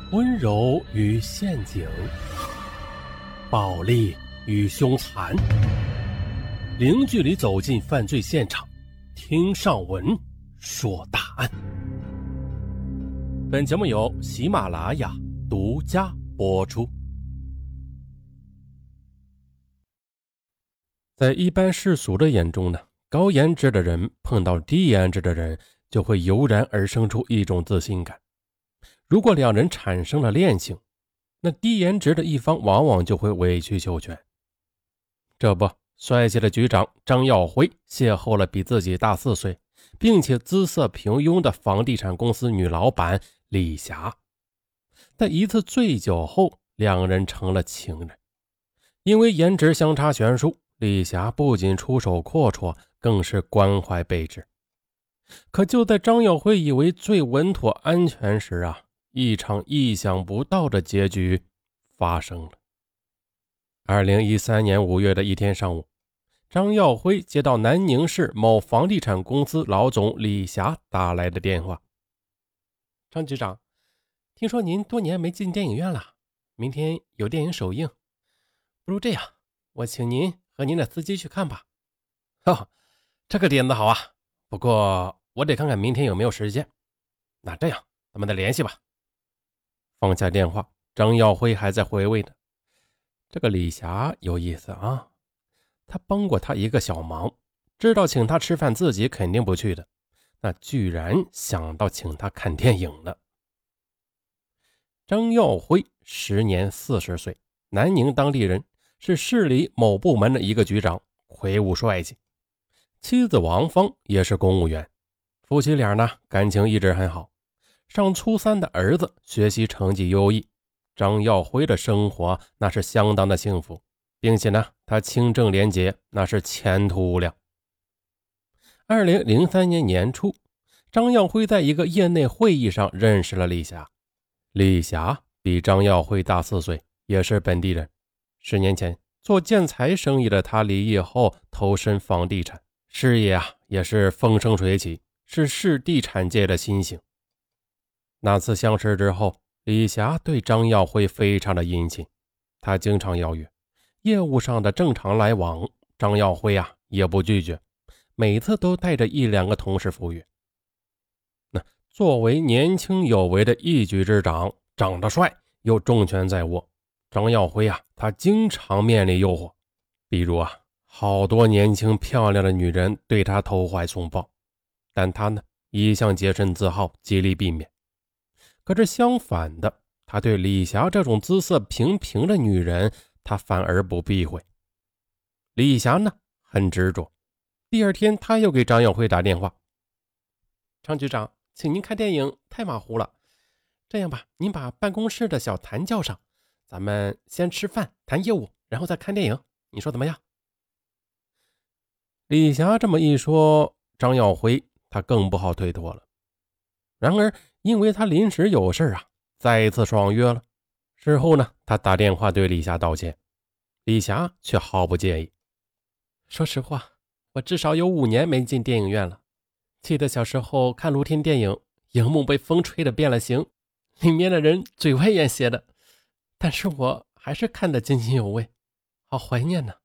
温柔与陷阱，暴力与凶残，零距离走进犯罪现场，听上文说大案。本节目由喜马拉雅独家播出。在一般世俗的眼中呢，高颜值的人碰到低颜值的人，就会油然而生出一种自信感。如果两人产生了恋情，那低颜值的一方往往就会委曲求全。这不，帅气的局长张耀辉邂逅了比自己大4岁，并且姿色平庸的房地产公司女老板李霞。在一次醉酒后，两人成了情人。因为颜值相差悬殊，李霞不仅出手阔绰，更是关怀备至。可就在张耀辉以为最稳妥安全时啊，一场意想不到的结局发生了。2013年5月的一天上午，张耀辉接到南宁市某房地产公司老总李霞打来的电话。张局长，听说您多年没进电影院了，明天有电影首映，不如这样，我请您和您的司机去看吧。这个点子好啊，不过我得看看明天有没有时间。那这样，咱们再联系吧。放下电话，张耀辉还在回味呢。这个李霞有意思啊，他帮过他一个小忙，知道请他吃饭自己肯定不去的，那居然想到请他看电影了。张耀辉时年40岁，南宁当地人，是市里某部门的一个局长，魁梧帅气。妻子王芳也是公务员，夫妻俩呢感情一直很好。上初3的儿子学习成绩优异，张耀辉的生活那是相当的幸福，并且呢他清正廉洁，那是前途无量。2003年年初，张耀辉在一个业内会议上认识了李霞。李霞比张耀辉大4岁，也是本地人。10年前做建材生意的他离业后投身房地产，事业也是风生水起，是市地产界的新星。那次相识之后，李霞对张耀辉非常的殷勤，他经常邀约，业务上的正常来往，张耀辉也不拒绝，每次都带着1-2个同事赴约。那作为年轻有为的一局之长，长得帅又重权在握，张耀辉他经常面临诱惑，比如好多年轻漂亮的女人对他投怀送抱，但他呢一向洁身自好，极力避免。可是相反的，他对李霞这种姿色平平的女人，他反而不避讳。李霞呢很执着，第2天他又给张耀辉打电话。张局长，请您看电影太马虎了，这样吧，您把办公室的小谭叫上，咱们先吃饭谈业务，然后再看电影，你说怎么样？李霞这么一说，张耀辉他更不好推脱了。然而因为他临时有事再一次爽约了。事后呢，他打电话对李霞道歉，李霞却毫不介意。说实话，我至少有5年没进电影院了。记得小时候看露天电影，荧幕被风吹得变了形，里面的人嘴歪眼斜的，但是我还是看得津津有味，好怀念呢。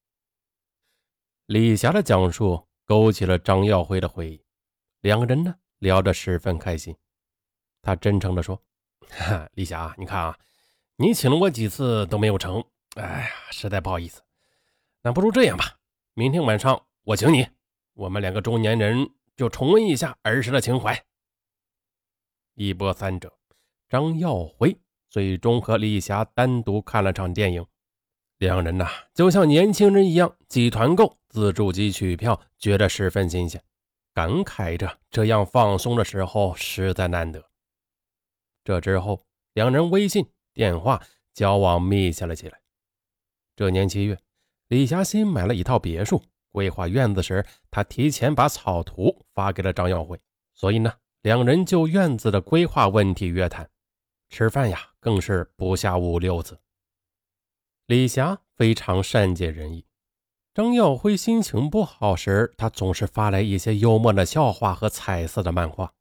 李霞的讲述勾起了张耀辉的回忆，两个人呢聊得十分开心。他真诚地说，李霞，你看你请了我几次都没有成，实在不好意思。那不如这样吧，明天晚上我请你，我们2个中年人就重温一下儿时的情怀。一波三折，张耀辉最终和李霞单独看了场电影。两人就像年轻人一样，挤团购、自助机取票，觉得十分新鲜，感慨着这样放松的时候实在难得。这之后，两人微信、电话交往密切了起来。这年7月，李霞新买了一套别墅，规划院子时，他提前把草图发给了张耀辉，所以呢，两人就院子的规划问题约谈，吃饭更是不下5-6次。李霞非常善解人意，张耀辉心情不好时，他总是发来一些幽默的笑话和彩色的漫画。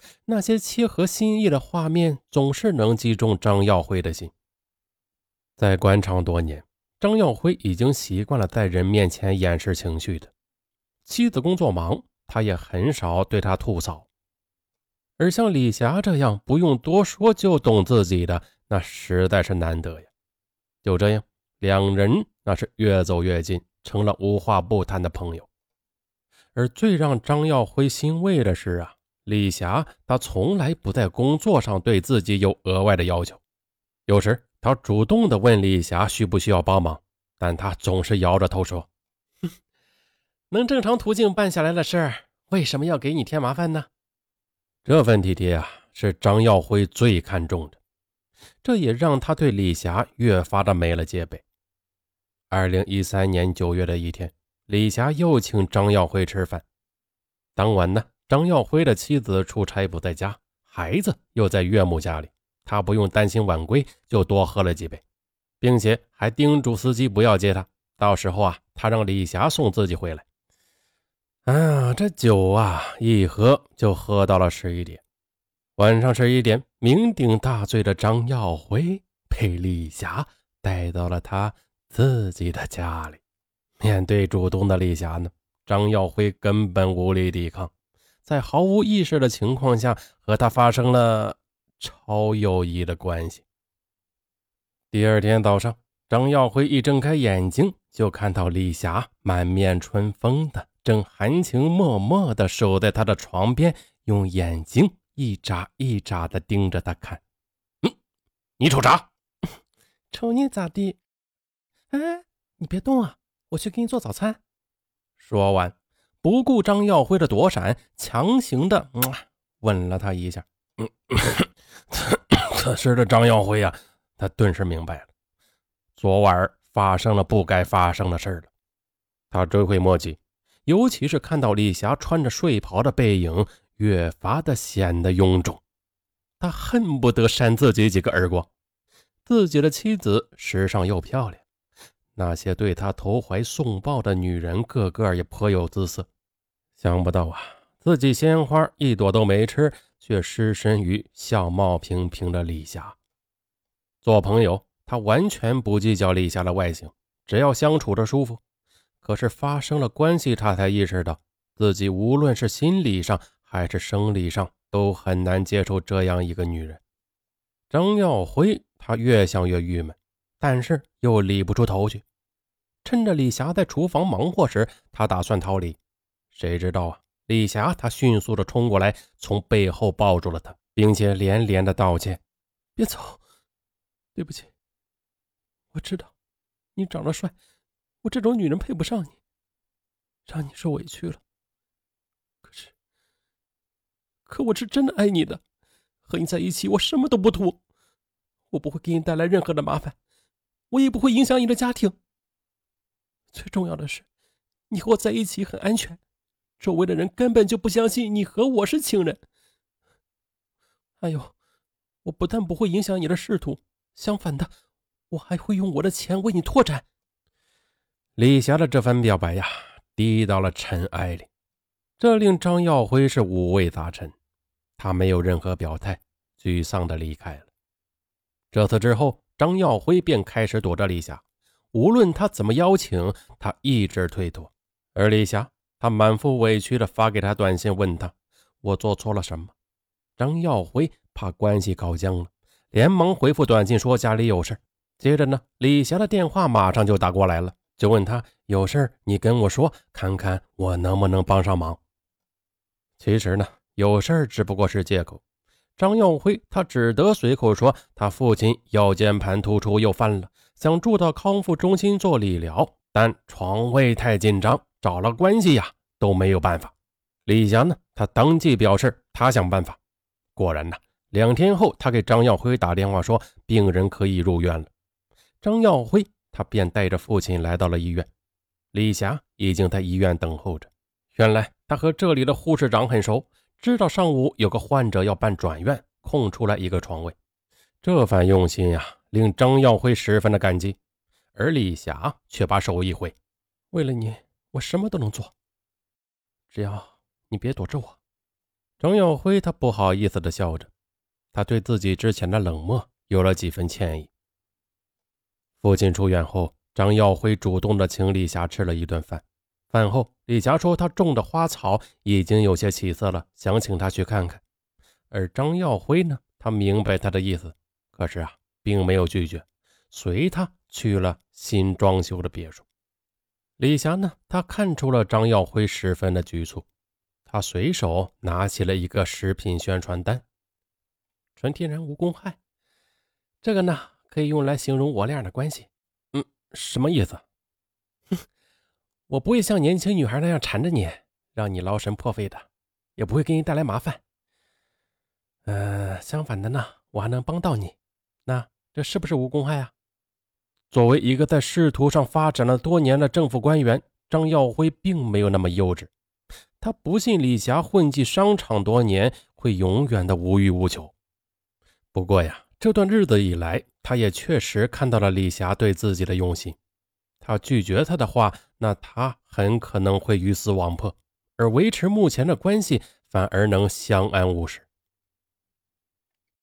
那些切合心意的画面总是能击中张耀辉的心。在官场多年，张耀辉已经习惯了在人面前掩饰情绪的。妻子工作忙，他也很少对她吐槽。而像李霞这样不用多说就懂自己的，那实在是难得呀。就这样，两人那是越走越近，成了无话不谈的朋友。而最让张耀辉欣慰的是李霞她从来不在工作上对自己有额外的要求。有时他主动地问李霞需不需要帮忙，但她总是摇着头说，能正常途径办下来的事儿，为什么要给你添麻烦呢？这份体贴是张耀辉最看重的，这也让他对李霞越发的没了戒备。2013年9月的一天，李霞又请张耀辉吃饭。当晚呢，张耀辉的妻子出差不在家，孩子又在岳母家里，他不用担心晚归，就多喝了几杯，并且还叮嘱司机不要接他，到时候他让李霞送自己回来。这酒一喝就喝到了11点。晚上11点，酩酊大醉的张耀辉被李霞带到了他自己的家里。面对主动的李霞呢，张耀辉根本无力抵抗，在毫无意识的情况下和他发生了超友谊的关系。第二天早上，张耀辉一睁开眼睛，就看到李霞满面春风的正含情脉脉地守在他的床边，用眼睛一眨一眨地盯着他看。你瞅啥？瞅你咋地？你别动我去给你做早餐。说完，不顾张耀辉的躲闪，强行的吻了他一下。此时的张耀辉他顿时明白了，昨晚发生了不该发生的事了。他追悔莫及，尤其是看到李霞穿着睡袍的背影，越发的显得臃肿。他恨不得扇自己几个耳光。自己的妻子时尚又漂亮，那些对他投怀送抱的女人个个也颇有姿色。想不到自己鲜花一朵都没吃，却失身于相貌平平的李霞。做朋友，他完全不计较李霞的外形，只要相处着舒服。可是发生了关系，他才意识到自己无论是心理上还是生理上都很难接受这样一个女人。张耀辉他越想越郁闷，但是又理不出头去。趁着李霞在厨房忙活时，他打算逃离。谁知道李霞她迅速的冲过来，从背后抱住了他，并且连连的道歉。别走，对不起，我知道你长得帅，我这种女人配不上你，让你受委屈了。可我是真的爱你的，和你在一起我什么都不图，我不会给你带来任何的麻烦，我也不会影响你的家庭。最重要的是，你和我在一起很安全，周围的人根本就不相信你和我是情人。还有，我不但不会影响你的仕途，相反的，我还会用我的钱为你拓展。李霞的这番表白滴到了尘埃里，这令张耀辉是五味杂陈。他没有任何表态，沮丧地离开了。这次之后，张耀辉便开始躲着李霞，无论他怎么邀请，他一直推脱。而李霞，他满腹委屈地发给他短信，问他我做错了什么。张耀辉怕关系搞僵了，连忙回复短信说家里有事。接着呢，李霞的电话马上就打过来了，就问他有事你跟我说，看看我能不能帮上忙。其实呢，有事只不过是借口。张耀辉他只得随口说他父亲腰间盘突出又犯了，想住到康复中心做理疗，但床位太紧张，找了关系都没有办法。李霞呢，他当即表示他想办法。果然2天后他给张耀辉打电话说病人可以入院了。张耀辉他便带着父亲来到了医院，李霞已经在医院等候着。原来他和这里的护士长很熟，知道上午有个患者要办转院，空出来一个床位。这番用心令张耀辉十分的感激。而李霞却把手一挥，为了你我什么都能做，只要你别躲着我， 张耀辉他不好意思地笑着，他对自己之前的冷漠有了几分歉意。父亲出院后，张耀辉主动地请李霞吃了一顿饭。饭后，李霞说她种的花草已经有些起色了，想请他去看看。而张耀辉呢，他明白他的意思，可是并没有拒绝，随他去了新装修的别墅。李霞呢，她看出了张耀辉十分的局促，她随手拿起了一个食品宣传单。纯天然无公害，这个呢可以用来形容我俩的关系。什么意思？我不会像年轻女孩那样缠着你，让你劳神破费的，也不会给你带来麻烦。相反的呢，我还能帮到你。那这是不是无公害啊？作为一个在仕途上发展了多年的政府官员，张耀辉并没有那么幼稚。他不信李霞混迹商场多年会永远的无欲无求。不过这段日子以来，他也确实看到了李霞对自己的用心。他拒绝他的话，那他很可能会鱼死网破，而维持目前的关系反而能相安无事。